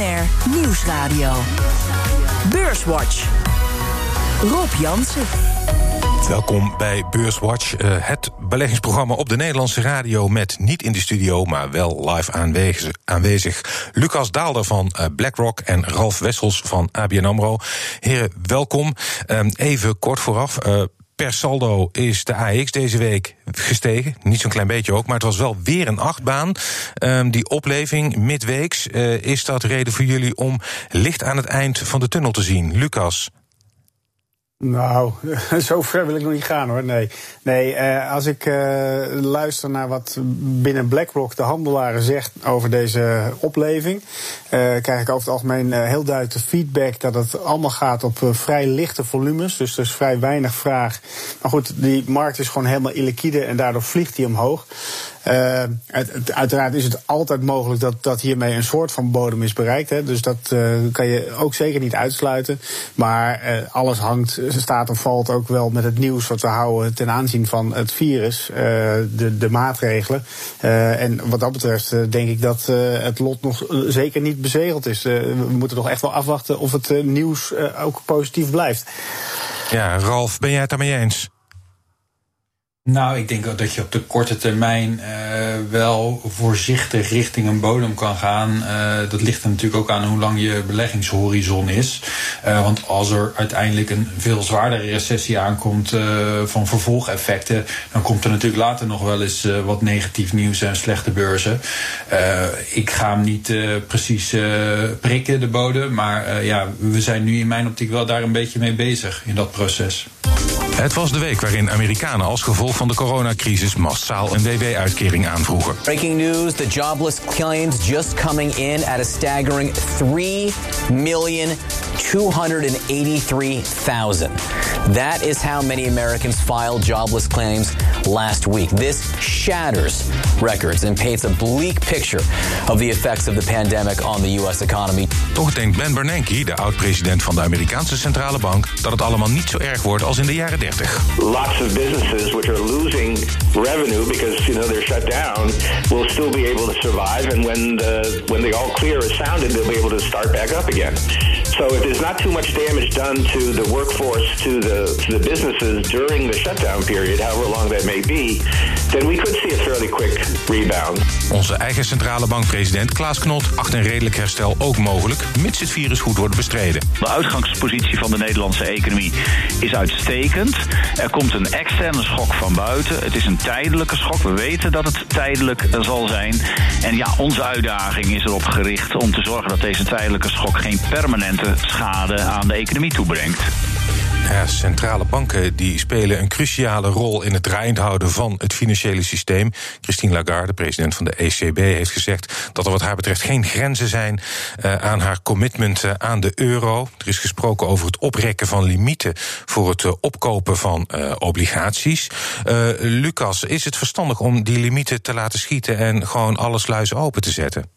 BNR Nieuwsradio. Beurswatch. Rob Jansen. Welkom bij Beurswatch, het beleggingsprogramma op de Nederlandse radio met niet in de studio, maar wel live aanwezig. Lucas Daalder van BlackRock en Ralf Wessels van ABN AMRO. Heren, welkom. Even kort vooraf. Per saldo is de AEX deze week gestegen. Niet zo'n klein beetje ook, maar het was wel weer een achtbaan. Die opleving midweeks, is dat reden voor jullie om licht aan het eind van de tunnel te zien? Lucas? Nou, zo ver wil ik nog niet gaan hoor. Nee, als ik luister naar wat binnen BlackRock de handelaren zegt over deze opleving, krijg ik over het algemeen heel duidelijk feedback dat het allemaal gaat op vrij lichte volumes. Dus er is vrij weinig vraag. Maar goed, die markt is gewoon helemaal illiquide en daardoor vliegt die omhoog. Uiteraard is het altijd mogelijk dat hiermee een soort van bodem is bereikt. Hè. Dus dat kan je ook zeker niet uitsluiten. Maar alles staat of valt ook wel met het nieuws wat we houden ten aanzien van het virus, de maatregelen. En wat dat betreft denk ik dat het lot nog zeker niet bezegeld is. We moeten toch echt wel afwachten of het nieuws ook positief blijft. Ja, Ralf, ben jij het daarmee eens? Nou, ik denk ook dat je op de korte termijn wel voorzichtig richting een bodem kan gaan. Dat ligt er natuurlijk ook aan hoe lang je beleggingshorizon is. Want als er uiteindelijk een veel zwaardere recessie aankomt van vervolgeffecten, dan komt er natuurlijk later nog wel eens wat negatief nieuws en slechte beurzen. Ik ga hem niet precies prikken, de bodem. Maar we zijn nu in mijn optiek wel daar een beetje mee bezig in dat proces. Het was de week waarin Amerikanen als gevolg van de coronacrisis massaal een WW-uitkering aanvroegen. Breaking news, the jobless claims just coming in at a staggering 3,283,000. That is how many Americans filed jobless claims last week. This shatters records and paints a bleak picture of the effects of the pandemic on the U.S. economy. Toch denkt Ben Bernanke, de oud-president van de Amerikaanse centrale bank, dat het allemaal niet zo erg wordt als in de jaren 30. Lots of businesses which are losing revenue because they're shut down will still be able to survive, and when the all clear is sounded, they'll be able to start back up again. So if there's not too much damage done to the workforce, to the businesses during the shutdown period, however long that may be, then we could see a fairly quick rebound. Onze eigen centrale bankpresident Klaas Knot acht een redelijk herstel ook mogelijk, mits het virus goed wordt bestreden. De uitgangspositie van de Nederlandse economie is uitstekend. Er komt een externe schok van buiten. Het is een tijdelijke schok. We weten dat het tijdelijk zal zijn. En ja, onze uitdaging is erop gericht om te zorgen dat deze tijdelijke schok geen permanente schade aan de economie toebrengt. Ja, centrale banken die spelen een cruciale rol in het draaiend houden van het financiële systeem. Christine Lagarde, president van de ECB, heeft gezegd dat er wat haar betreft geen grenzen zijn aan haar commitment aan de euro. Er is gesproken over het oprekken van limieten voor het opkopen van obligaties. Lucas, is het verstandig om die limieten te laten schieten en gewoon alle sluizen open te zetten?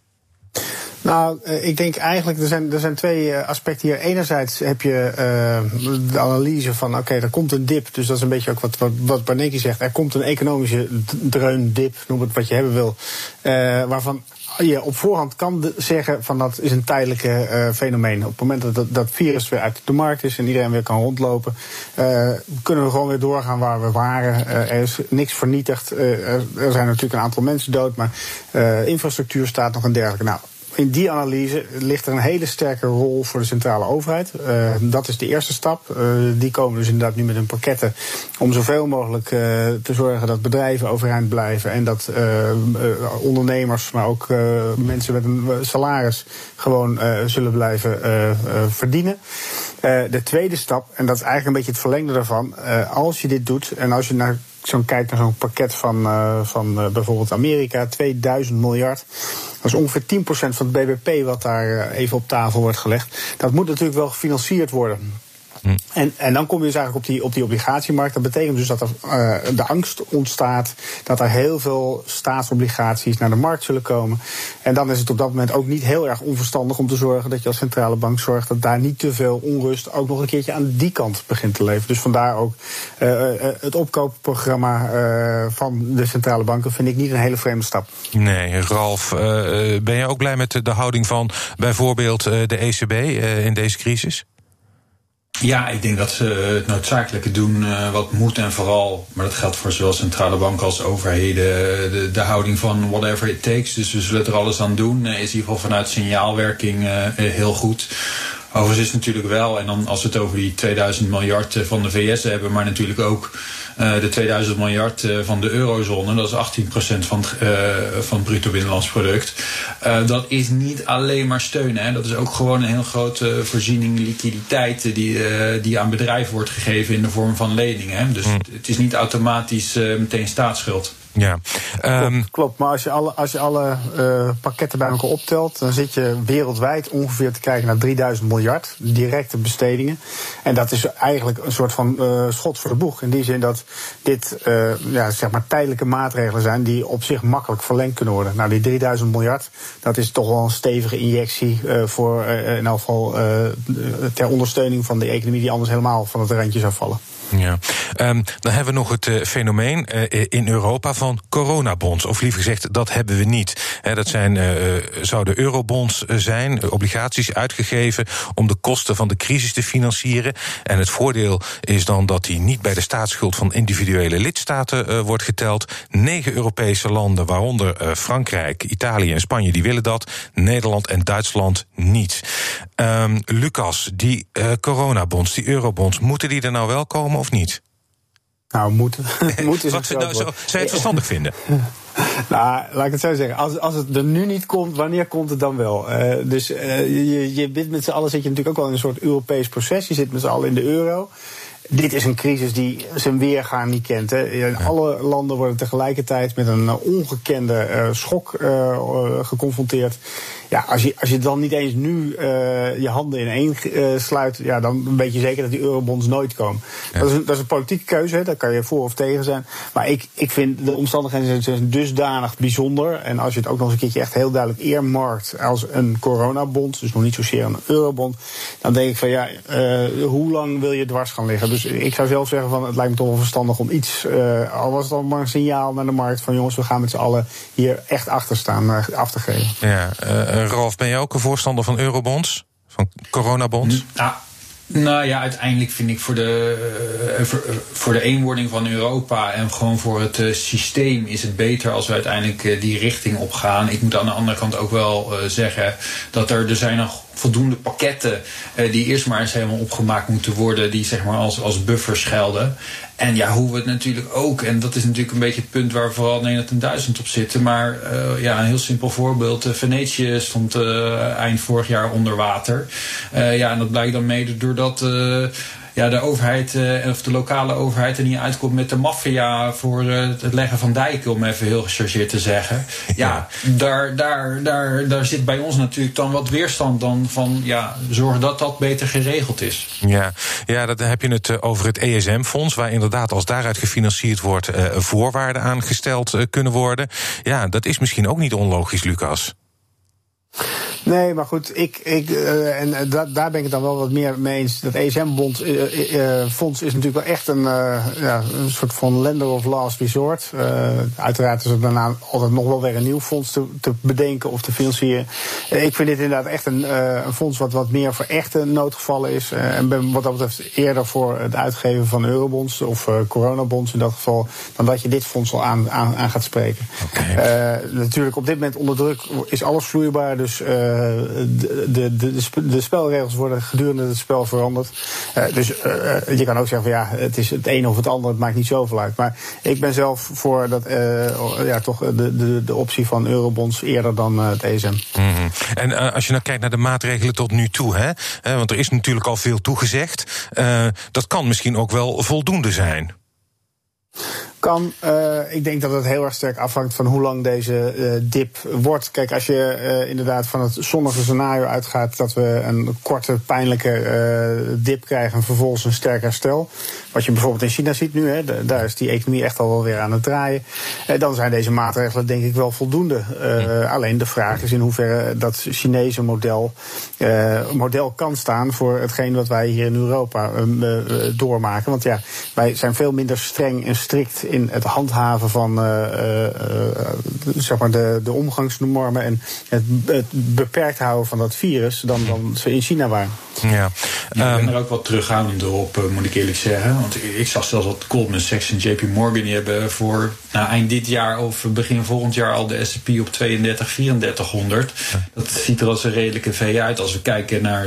Nou, ik denk eigenlijk, er zijn twee aspecten hier. Enerzijds heb je de analyse van, oké, er komt een dip. Dus dat is een beetje ook wat Bernanke zegt. Er komt een economische dreundip, noem het wat je hebben wil. Waarvan je op voorhand kan zeggen van dat is een tijdelijke fenomeen. Op het moment dat dat virus weer uit de markt is en iedereen weer kan rondlopen, kunnen we gewoon weer doorgaan waar we waren. Er is niks vernietigd. Er zijn natuurlijk een aantal mensen dood, maar infrastructuur staat nog en dergelijke. Nou, in die analyse ligt er een hele sterke rol voor de centrale overheid. Dat is de eerste stap. Die komen dus inderdaad nu met hun pakketten om zoveel mogelijk te zorgen dat bedrijven overeind blijven en dat ondernemers, maar ook mensen met een salaris gewoon zullen blijven verdienen. De tweede stap, en dat is eigenlijk een beetje het verlengde daarvan, als je dit doet en als je kijkt naar zo'n pakket van bijvoorbeeld Amerika, 2000 miljard. Dat is ongeveer 10% van het BBP wat daar even op tafel wordt gelegd. Dat moet natuurlijk wel gefinancierd worden. En dan kom je dus eigenlijk op die obligatiemarkt. Dat betekent dus dat er de angst ontstaat dat er heel veel staatsobligaties naar de markt zullen komen. En dan is het op dat moment ook niet heel erg onverstandig om te zorgen dat je als centrale bank zorgt dat daar niet te veel onrust ook nog een keertje aan die kant begint te leven. Dus vandaar ook het opkoopprogramma van de centrale banken vind ik niet een hele vreemde stap. Nee, Ralf, ben je ook blij met de houding van bijvoorbeeld de ECB in deze crisis? Ja, ik denk dat ze het noodzakelijke doen wat moet en vooral, maar dat geldt voor zowel centrale banken als overheden, de houding van whatever it takes. Dus we zullen er alles aan doen. Is in ieder geval vanuit signaalwerking heel goed. Overigens is het natuurlijk wel, en dan als we het over die 2000 miljard van de VS hebben, maar natuurlijk ook de 2000 miljard van de eurozone, dat is 18% van het bruto binnenlands product. Dat is niet alleen maar steun, hè. Dat is ook gewoon een heel grote voorziening liquiditeit die aan bedrijven wordt gegeven in de vorm van leningen. Hè. Dus het is niet automatisch meteen staatsschuld. Ja. Klopt, maar als je alle pakketten bij elkaar optelt, dan zit je wereldwijd ongeveer te kijken naar 3000 miljard directe bestedingen. En dat is eigenlijk een soort van schot voor de boeg. In die zin dat dit zeg maar tijdelijke maatregelen zijn die op zich makkelijk verlengd kunnen worden. Nou, die 3000 miljard, dat is toch wel een stevige injectie voor in elk geval ter ondersteuning van de economie die anders helemaal van het randje zou vallen. Ja. Dan hebben we nog het fenomeen in Europa van coronabonds. Of liever gezegd, dat hebben we niet. Dat zouden eurobonds zijn, obligaties uitgegeven om de kosten van de crisis te financieren. En het voordeel is dan dat die niet bij de staatsschuld van individuele lidstaten wordt geteld. 9 Europese landen, waaronder Frankrijk, Italië en Spanje, die willen dat. Nederland en Duitsland niet. Lucas, die coronabonds, die eurobonds, moeten die er nou wel komen of niet? Nou, moeten is het zou je het verstandig vinden? Nou, laat ik het zo zeggen. Als het er nu niet komt, wanneer komt het dan wel? Dus je bent met z'n allen zit je natuurlijk ook wel in een soort Europees proces. Je zit met z'n allen in de euro. Dit is een crisis die zijn weergaan niet kent. Hè. In alle landen worden tegelijkertijd met een ongekende schok geconfronteerd. Ja, als je dan niet eens nu je handen ineen sluit, ja, dan weet je zeker dat die eurobonds nooit komen. Ja. Dat is een politieke keuze, hè. Daar kan je voor of tegen zijn. Maar ik vind de omstandigheden zijn dusdanig bijzonder. En als je het ook nog eens een keertje echt heel duidelijk earmarkt als een coronabond, dus nog niet zozeer een eurobond, dan denk ik van ja, hoe lang wil je dwars gaan liggen? Dus ik zou zelf zeggen van het lijkt me toch wel verstandig om iets, al was het al maar een signaal naar de markt van jongens, we gaan met z'n allen hier echt achter staan af te geven. Ja, Ralf, ben jij ook een voorstander van eurobonds? Van coronabonds? Nou ja, uiteindelijk vind ik voor de eenwording van Europa en gewoon voor het systeem is het beter als we uiteindelijk die richting op gaan. Ik moet aan de andere kant ook wel zeggen dat er zijn nog voldoende pakketten die eerst maar eens helemaal opgemaakt moeten worden, die zeg maar als buffers gelden. En ja, hoe we het natuurlijk ook, en dat is natuurlijk een beetje het punt waar vooral Nederland en Duitsland op zitten, maar een heel simpel voorbeeld. Venetië stond eind vorig jaar onder water. En dat blijkt dan mede doordat de overheid of de lokale overheid er niet uitkomt met de maffia voor het leggen van dijken, om even heel gechargeerd te zeggen. Ja, daar zit bij ons natuurlijk dan wat weerstand dan van zorgen dat dat beter geregeld is. Ja, dan heb je het over het ESM-fonds, waar inderdaad als daaruit gefinancierd wordt voorwaarden aangesteld kunnen worden. Ja, dat is misschien ook niet onlogisch, Lucas. Nee, maar goed, daar ben ik het dan wel wat meer mee eens. Dat ESM-fonds is natuurlijk wel echt een soort van lender of last resort. Uiteraard is er daarna altijd nog wel weer een nieuw fonds te bedenken of te financieren. Ik vind dit inderdaad echt een fonds wat meer voor echte noodgevallen is. En ben wat dat betreft eerder voor het uitgeven van eurobonds of coronabonds in dat geval, dan dat je dit fonds al aan gaat spreken. Okay. Natuurlijk op dit moment onder druk is alles vloeibaar, dus de spelregels worden gedurende het spel veranderd. Dus je kan ook zeggen van het is het een of het ander, het maakt niet zoveel uit. Maar ik ben zelf voor dat toch de optie van eurobonds eerder dan het ESM. Mm-hmm. En als je nou kijkt naar de maatregelen tot nu toe, want er is natuurlijk al veel toegezegd, dat kan misschien ook wel voldoende zijn. Kan. Ik denk dat het heel erg sterk afhangt van hoe lang deze dip wordt. Kijk, als je inderdaad van het zonnige scenario uitgaat dat we een korte, pijnlijke dip krijgen en vervolgens een sterk herstel. Wat je bijvoorbeeld in China ziet nu, hè, daar is die economie echt al wel weer aan het draaien. Dan zijn deze maatregelen denk ik wel voldoende. Alleen de vraag is in hoeverre dat Chinese model kan staan voor hetgeen wat wij hier in Europa doormaken. Want ja, wij zijn veel minder streng en strikt in het handhaven van zeg maar de omgangsnormen en het beperkt houden van dat virus dan ze in China waren. Ja. Ik ben er ook wat terughoudender op, moet ik eerlijk zeggen. Want ik zag zelfs dat Goldman Sachs en JP Morgan die hebben voor eind dit jaar of begin volgend jaar al de S&P op 3400. Dat ziet er als een redelijke V uit. Als we kijken naar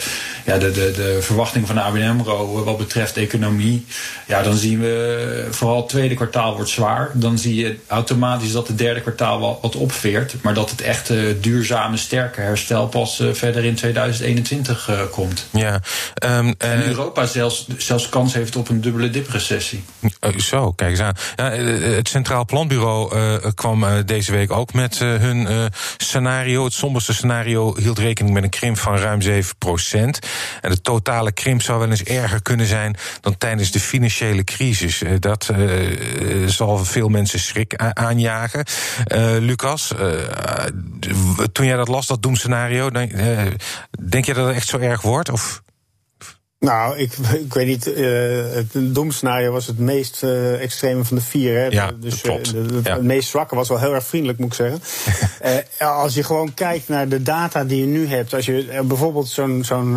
de verwachting van ABN AMRO wat betreft economie. Ja, dan zien we vooral het tweede kwartaal wordt zwaar. Dan zie je automatisch dat het derde kwartaal wel wat opveert. Maar dat het echt duurzame, sterke herstel pas verder in 2021 komt. Ja, en Europa zelfs kans heeft op een dubbele diprecessie. Zo, kijk eens aan. Ja, het Centraal Planbureau kwam deze week ook met hun scenario. Het somberste scenario hield rekening met een krimp van ruim 7%. En de totale krimp zou wel eens erger kunnen zijn dan tijdens de financiële crisis. Dat zal veel mensen schrik aanjagen. Lucas, toen jij dat las, dat doemscenario, denk je dat het echt zo erg wordt? Of? Nou, ik weet niet. Het doemscenario was het meest extreme van de vier. Hè? Ja, dus klopt. Het meest zwakke was wel heel erg vriendelijk, moet ik zeggen. Als je gewoon kijkt naar de data die je nu hebt. Als je bijvoorbeeld zo'n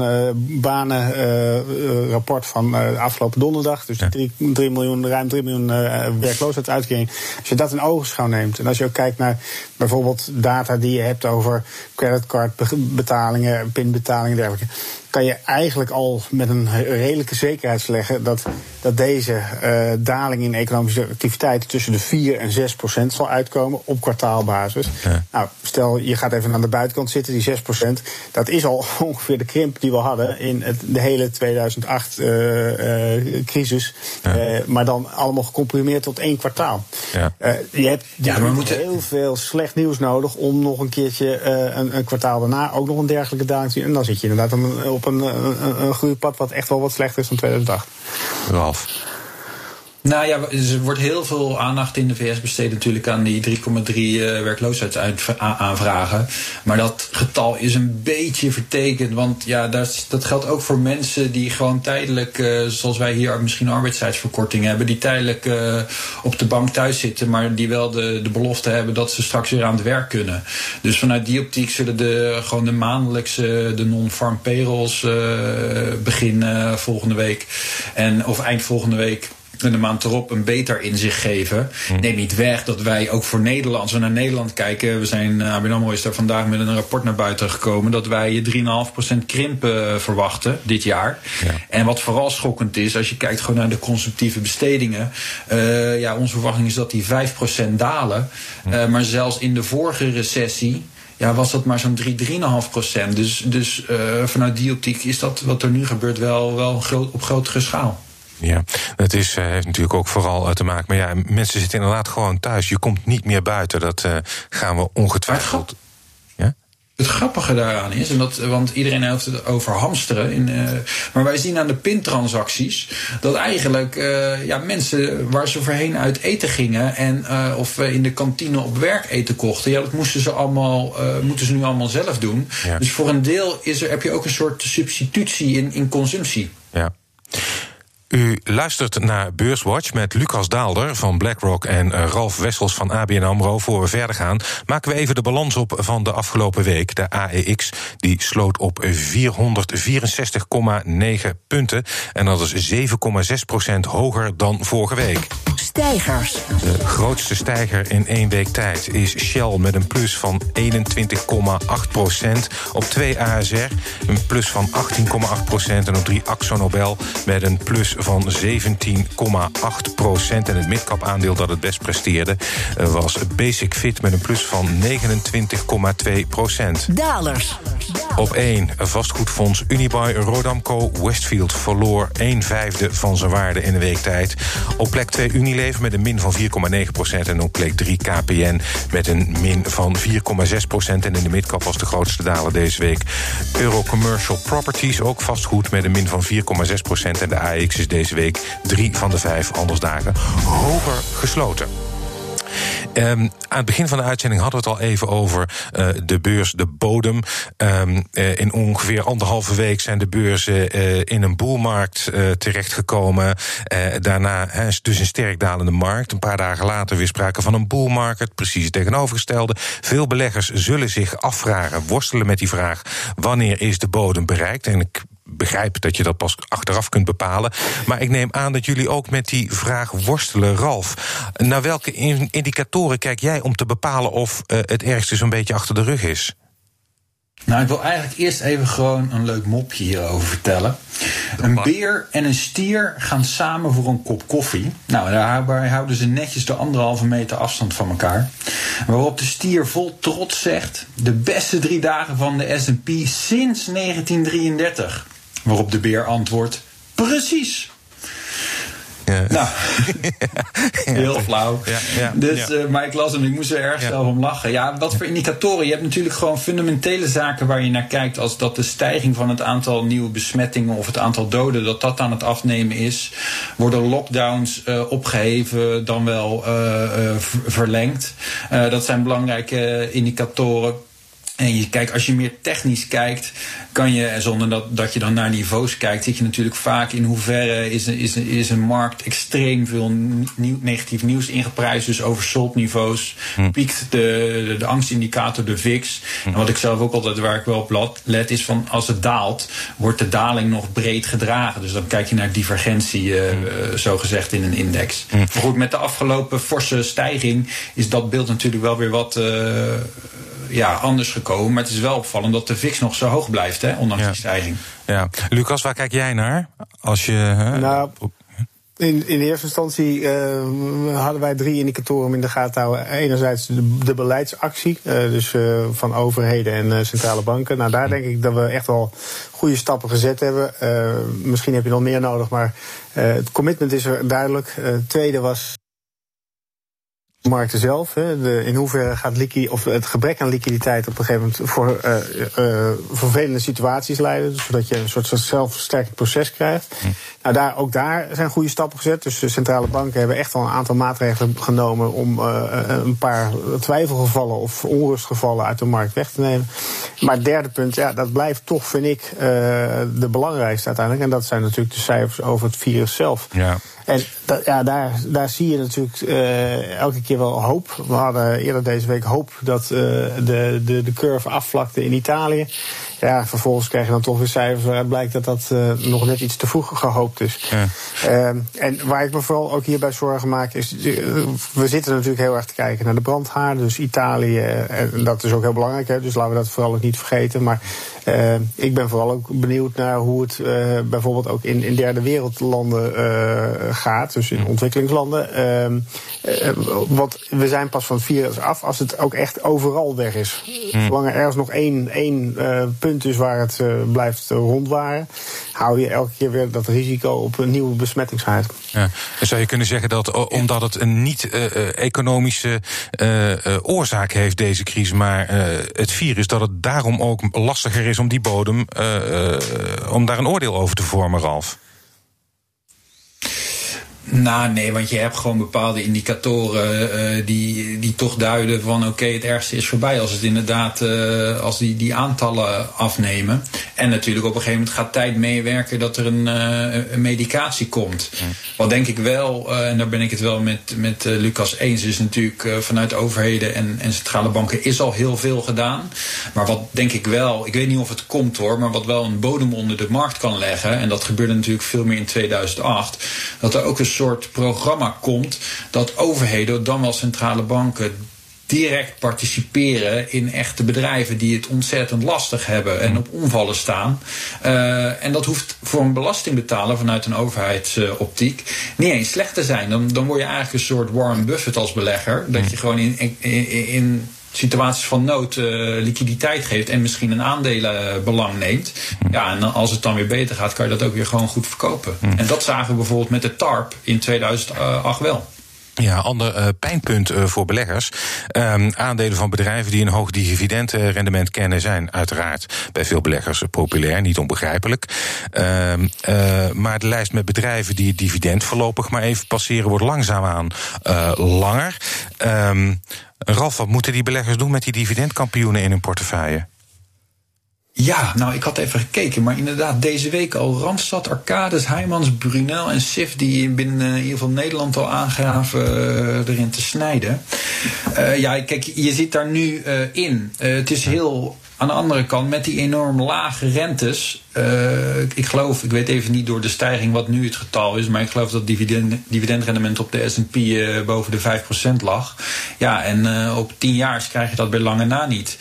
banenrapport van afgelopen donderdag. Dus ruim 3 miljoen werkloosheidsuitkering. Als je dat in ogenschouw neemt. En als je ook kijkt naar bijvoorbeeld data die je hebt over creditcardbetalingen, pinbetalingen en dergelijke. Kan je eigenlijk al met een redelijke zekerheid leggen dat deze daling in economische activiteit tussen de 4 en 6% zal uitkomen op kwartaalbasis. Ja. Nou, stel je gaat even aan de buitenkant zitten, die 6%, dat is al ongeveer de krimp die we hadden in de hele 2008 crisis. Ja. Maar dan allemaal gecomprimeerd tot 1 kwartaal. Ja. Je hebt heel veel slecht nieuws nodig om nog een keertje een kwartaal daarna ook nog een dergelijke daling te zien. En dan zit je inderdaad op een groeipad wat echt wel wat slechter is dan 2008. Ralf. Nou ja, er wordt heel veel aandacht in de VS besteed natuurlijk aan die 3,3 werkloosheidsaanvragen. Maar dat getal is een beetje vertekend. Want ja, dat geldt ook voor mensen die gewoon tijdelijk, zoals wij hier misschien arbeidstijdsverkorting hebben, die tijdelijk op de bank thuis zitten, maar die wel de belofte hebben dat ze straks weer aan het werk kunnen. Dus vanuit die optiek zullen gewoon de maandelijkse, de non-farm payrolls begin volgende week of eind volgende week en de maand erop een beter inzicht geven. Neem niet weg dat wij ook voor Nederland, als we naar Nederland kijken, ABN AMRO is daar vandaag met een rapport naar buiten gekomen dat wij 3,5% krimp verwachten dit jaar. Ja. En wat vooral schokkend is, als je kijkt gewoon naar de consumptieve bestedingen, onze verwachting is dat die 5% dalen. Maar zelfs in de vorige recessie was dat maar zo'n 3,5%. Dus vanuit die optiek is dat wat er nu gebeurt wel op grotere schaal. Ja, het heeft natuurlijk ook vooral te maken. Maar ja, mensen zitten inderdaad gewoon thuis. Je komt niet meer buiten. Dat gaan we ongetwijfeld. Het grappige daaraan is, want iedereen heeft het over hamsteren. Maar wij zien aan de pintransacties dat eigenlijk mensen waar ze voorheen uit eten gingen of in de kantine op werk eten kochten, dat moeten ze nu allemaal zelf doen. Ja. Dus voor een deel heb je ook een soort substitutie in consumptie. Ja. U luistert naar Beurswatch met Lucas Daalder van BlackRock en Ralf Wessels van ABN AMRO. Voor we verder gaan, maken we even de balans op van de afgelopen week. De AEX die sloot op 464,9 punten. En dat is 7,6% hoger dan vorige week. Stijgers. De grootste stijger in 1 week tijd is Shell met een plus van 21,8%. Op 2 ASR een plus van 18,8%. En op 3 AkzoNobel met een plus van 17,8%. En het midcap aandeel dat het best presteerde was Basic Fit met een plus van 29,2%. Dalers. Op 1, vastgoedfonds Unibuy Rodamco Westfield verloor 1/5 van zijn waarde in een week tijd. Op plek 2 Unilever met een min van 4,9%. En op plek 3 KPN met een min van 4,6%. En in de midcap was de grootste daler deze week Eurocommercial Properties, ook vastgoed met een min van 4,6%. En de AEX is deze week 3 van de 5 handelsdagen hoger gesloten. Aan het begin van de uitzending hadden we het al even over de beurs, de bodem. In ongeveer 1,5 week zijn de beurzen in een boelmarkt terechtgekomen. Daarna dus een sterk dalende markt. Een paar dagen later weer sprake van een bullmarket, precies het tegenovergestelde. Veel beleggers zullen zich afvragen, worstelen met die vraag, wanneer is de bodem bereikt? En ik begrijp dat je dat pas achteraf kunt bepalen. Maar ik neem aan dat jullie ook met die vraag worstelen. Ralf, naar welke indicatoren kijk jij om te bepalen of het ergste zo'n beetje achter de rug is? Nou, ik wil eigenlijk eerst even gewoon een leuk mopje hierover vertellen. Een beer en een stier gaan samen voor een kop koffie. Nou, daarbij houden ze netjes de 1,5 meter afstand van elkaar. Waarop de stier vol trots zegt: de beste 3 dagen van de S&P sinds 1933. Waarop de beer antwoordt: precies. Ja. Nou, heel flauw. Maar ik las hem, ik moest er erg zelf om lachen. Ja, wat voor indicatoren? Je hebt natuurlijk gewoon fundamentele zaken waar je naar kijkt, als dat de stijging van het aantal nieuwe besmettingen of het aantal doden, dat aan het afnemen is. Worden lockdowns opgeheven, dan wel verlengd. Dat zijn belangrijke indicatoren. En je kijkt, als je meer technisch kijkt, kan je, zonder dat je dan naar niveaus kijkt, zit je natuurlijk vaak in hoeverre is een markt extreem veel negatief nieuws ingeprijsd, dus oversold niveaus. Piekt de angstindicator, de VIX. En wat ik zelf ook altijd, waar ik wel op let, is van als het daalt, wordt de daling nog breed gedragen. Dus dan kijk je naar divergentie, zo gezegd, in een index. Maar goed, met de afgelopen forse stijging is dat beeld natuurlijk wel weer wat anders gekomen. Maar het is wel opvallend dat de VIX nog zo hoog blijft, ondanks die stijging. Ja. Lucas, waar kijk jij naar? Als je in de eerste instantie hadden wij 3 indicatoren om in de gaten te houden. Enerzijds de beleidsactie, dus van overheden en centrale banken. Nou, daar denk ik dat we echt wel goede stappen gezet hebben. Misschien heb je nog meer nodig, maar het commitment is er duidelijk. Het tweede was de markten zelf. In hoeverre gaat het gebrek aan liquiditeit op een gegeven moment voor vervelende situaties leiden, zodat je een soort zelfversterkend proces krijgt. Nou, ook daar zijn goede stappen gezet. Dus de centrale banken hebben echt wel een aantal maatregelen genomen om een paar twijfelgevallen of onrustgevallen uit de markt weg te nemen. Maar het derde punt, dat blijft toch, vind ik, de belangrijkste uiteindelijk. En dat zijn natuurlijk de cijfers over het virus zelf. Ja. En daar zie je natuurlijk elke keer wel hoop. We hadden eerder deze week hoop dat de curve afvlakte in Italië. Ja, vervolgens krijg je dan toch weer cijfers waaruit blijkt dat nog net iets te vroeg gehoopt is. Ja. En waar ik me vooral ook hierbij zorgen maak is, we zitten natuurlijk heel erg te kijken naar de brandhaarden, dus Italië, en dat is ook heel belangrijk, dus laten we dat vooral ook niet vergeten. Maar ik ben vooral ook benieuwd naar hoe het bijvoorbeeld ook in derde wereldlanden gaat, dus in ontwikkelingslanden. Want we zijn pas van het virus af als het ook echt overal weg is. Zolang er ergens nog één punt is waar het blijft rondwaren, hou je elke keer weer dat risico op een nieuwe besmettingshaard. Ja. Dan zou je kunnen zeggen dat omdat het een niet-economische oorzaak heeft, deze crisis, maar het virus, dat het daarom ook lastiger is om die bodem, om daar een oordeel over te vormen, Ralf? Nou, nee, want je hebt gewoon bepaalde indicatoren die toch duiden van oké, het ergste is voorbij als het inderdaad, als die aantallen afnemen. En natuurlijk op een gegeven moment gaat tijd meewerken dat er een medicatie komt. Wat denk ik wel, en daar ben ik het wel met Lucas eens, is natuurlijk vanuit overheden en centrale banken is al heel veel gedaan. Maar wat denk ik wel, ik weet niet of het komt hoor, maar wat wel een bodem onder de markt kan leggen, en dat gebeurde natuurlijk veel meer in 2008, dat er ook een soort programma komt dat overheden, dan wel centrale banken, direct participeren in echte bedrijven die het ontzettend lastig hebben en op omvallen staan. En dat hoeft voor een belastingbetaler vanuit een overheidsoptiek niet eens slecht te zijn. Dan word je eigenlijk een soort Warren Buffett als belegger. Dat je gewoon in situaties van nood liquiditeit geeft en misschien een aandelenbelang neemt. Ja, en als het dan weer beter gaat, kan je dat ook weer gewoon goed verkopen. En dat zagen we bijvoorbeeld met de TARP in 2008 wel. Ja, ander pijnpunt voor beleggers. Aandelen van bedrijven die een hoog dividendrendement kennen zijn uiteraard bij veel beleggers populair, niet onbegrijpelijk. Maar de lijst met bedrijven die het dividend voorlopig maar even passeren wordt langzaamaan langer. Ralf, wat moeten die beleggers doen met die dividendkampioenen in hun portefeuille? Ja, nou, ik had even gekeken, maar inderdaad, deze week al Randstad, Arcadis, Heijmans, Brunel en SIF, die binnen in ieder geval Nederland al aangaven erin te snijden. Ja, kijk, je zit daar nu in. Het is heel, aan de andere kant, met die enorm lage rentes, ik weet even niet door de stijging wat nu het getal is, maar ik geloof dat dividendrendement op de S&P boven de 5% lag. Ja, en op 10 jaar krijg je dat bij lange na niet.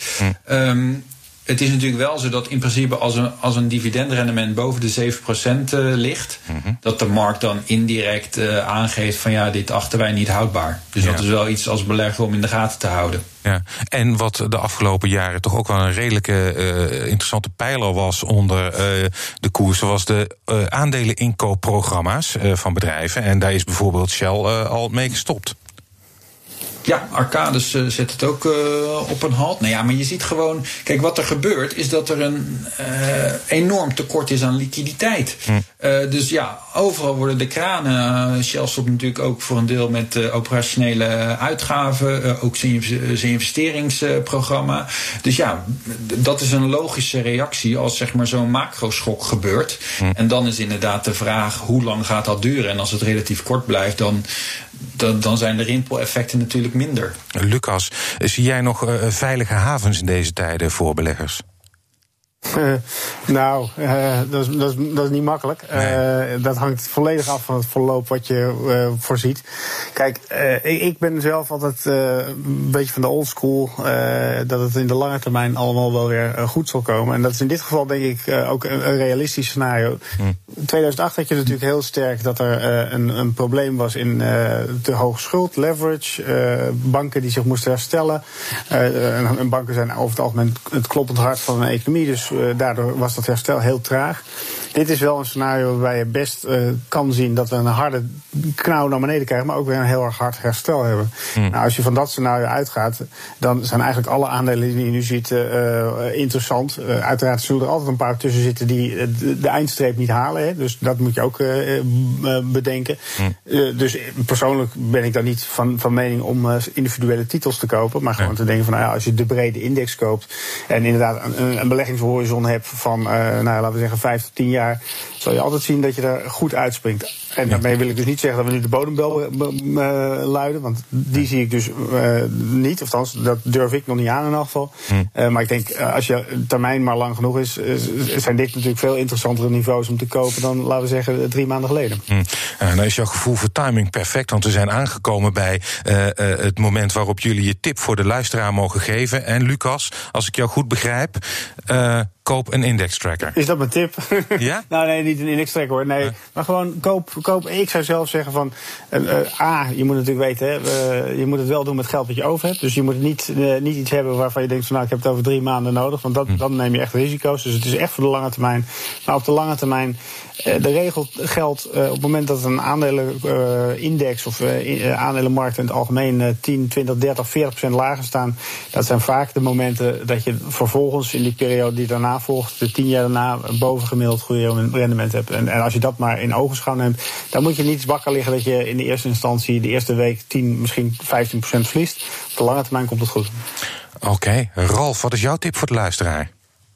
Het is natuurlijk wel zo dat in principe als een dividendrendement boven de 7% ligt, dat de markt dan indirect aangeeft van ja, dit achten wij niet houdbaar. Dus dat is wel iets als belegger om in de gaten te houden. Ja, en wat de afgelopen jaren toch ook wel een redelijke interessante pijler was onder de koersen, was de aandeleninkoopprogramma's van bedrijven. En daar is bijvoorbeeld Shell al mee gestopt. Ja, Arcadis zet het ook op een halt. Nou ja, maar je ziet gewoon, kijk, wat er gebeurt is dat er een enorm tekort is aan liquiditeit. Dus ja, overal worden de kranen. Shell stopt natuurlijk ook voor een deel met operationele uitgaven, ook zijn investeringsprogramma. Dus ja, dat is een logische reactie als zeg maar zo'n macroschok gebeurt. En dan is inderdaad de vraag, hoe lang gaat dat duren? En als het relatief kort blijft, dan zijn de rimpeleffecten natuurlijk minder. Lucas, zie jij nog veilige havens in deze tijden voor beleggers? Dat is niet makkelijk. Nee. Dat hangt volledig af van het verloop wat je voorziet. Kijk, ik ben zelf altijd een beetje van de old school, dat het in de lange termijn allemaal wel weer goed zal komen. En dat is in dit geval denk ik ook een realistisch scenario. In 2008 had je natuurlijk heel sterk dat er een probleem was in te hoog schuld, leverage, banken die zich moesten herstellen. En banken zijn over het algemeen het kloppend hart van een economie, dus daardoor was dat herstel heel traag. Dit is wel een scenario waarbij je best kan zien dat we een harde knauw naar beneden krijgen, maar ook weer een heel erg hard herstel hebben. Nou, als je van dat scenario uitgaat, dan zijn eigenlijk alle aandelen die je nu ziet interessant. Uiteraard zullen er altijd een paar tussen zitten die de eindstreep niet halen. Hè, dus dat moet je ook bedenken. Dus persoonlijk ben ik daar niet van mening om individuele titels te kopen, maar gewoon te denken van, nou ja, als je de brede index koopt en inderdaad een beleggingshorizon hebt van, laten we zeggen 5 tot 10 jaar, zal je altijd zien dat je daar goed uitspringt. En daarmee wil ik dus niet zeggen dat we nu de bodembel luiden, want die zie ik dus niet. Of althans, dat durf ik nog niet aan in elk geval. Maar ik denk, als je termijn maar lang genoeg is, zijn dit natuurlijk veel interessantere niveaus om te kopen dan, laten we zeggen, 3 maanden geleden. Nou is jouw gevoel voor timing perfect, want we zijn aangekomen bij het moment waarop jullie je tip voor de luisteraar mogen geven. En Lucas, als ik jou goed begrijp, koop een indextracker. Is dat mijn tip? Ja? Nou nee, niet een indextracker hoor. Nee, maar gewoon koop. Ik zou zelf zeggen van, je moet natuurlijk weten, je moet het wel doen met geld wat je over hebt. Dus je moet niet iets hebben waarvan je denkt van, nou, ik heb het over 3 maanden nodig. Want dan neem je echt risico's. Dus het is echt voor de lange termijn. Maar op de lange termijn, de regel geldt op het moment dat een aandelenindex of aandelenmarkt in het algemeen 10, 20, 30, 40% lager staan. Dat zijn vaak de momenten dat je vervolgens in die periode die daarna volgt, de 10 jaar daarna, bovengemiddeld goede rendement hebt. En als je dat maar in ogenschouw neemt, dan moet je niet wakker liggen dat je in de eerste instantie de eerste week 10, misschien 15% verliest. Op de lange termijn komt het goed. Oké. Ralf, wat is jouw tip voor de luisteraar?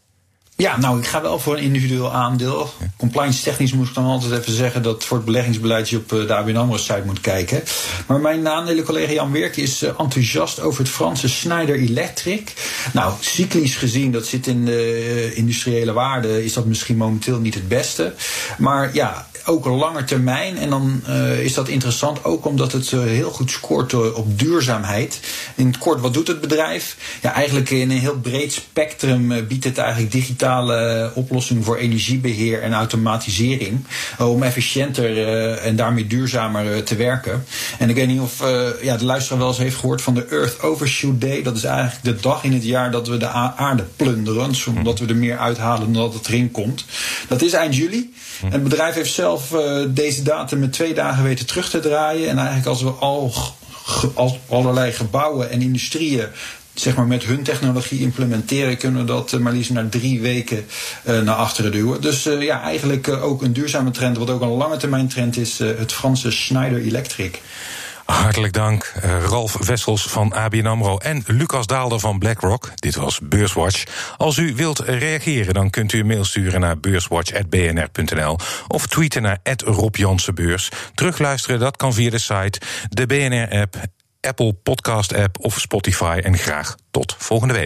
Ja, nou, ik ga wel voor een individueel aandeel. Compliance technisch moet ik dan altijd even zeggen dat voor het beleggingsbeleid je op de ABN AMRO site moet kijken. Maar mijn aandelencollega Jan Werke is enthousiast over het Franse Schneider Electric. Nou, cyclisch gezien, dat zit in de industriële waarde, is dat misschien momenteel niet het beste. Maar ja, ook een lange termijn. En dan is dat interessant, ook omdat het heel goed scoort op duurzaamheid. In het kort, wat doet het bedrijf? Ja, eigenlijk in een heel breed spectrum biedt het eigenlijk digitale digitale oplossing voor energiebeheer en automatisering. Om efficiënter en daarmee duurzamer te werken. En ik weet niet of de luisteraar wel eens heeft gehoord van de Earth Overshoot Day. Dat is eigenlijk de dag in het jaar dat we de aarde plunderen. Omdat we er meer uithalen dan dat het erin komt. Dat is eind juli. En het bedrijf heeft zelf deze datum met 2 dagen weten terug te draaien. En eigenlijk als we allerlei gebouwen en industrieën zeg maar met hun technologie implementeren, kunnen we dat maar liefst naar 3 weken naar achteren duwen. Dus eigenlijk ook een duurzame trend, wat ook een lange termijn trend is, het Franse Schneider Electric. Hartelijk dank, Ralf Wessels van ABN AMRO en Lucas Daalder van BlackRock. Dit was Beurswatch. Als u wilt reageren, dan kunt u een mail sturen naar beurswatch@bnr.nl of tweeten naar @RobJansenbeurs. Terugluisteren, dat kan via de site, de BNR-app, Apple Podcast-app of Spotify. En graag tot volgende week.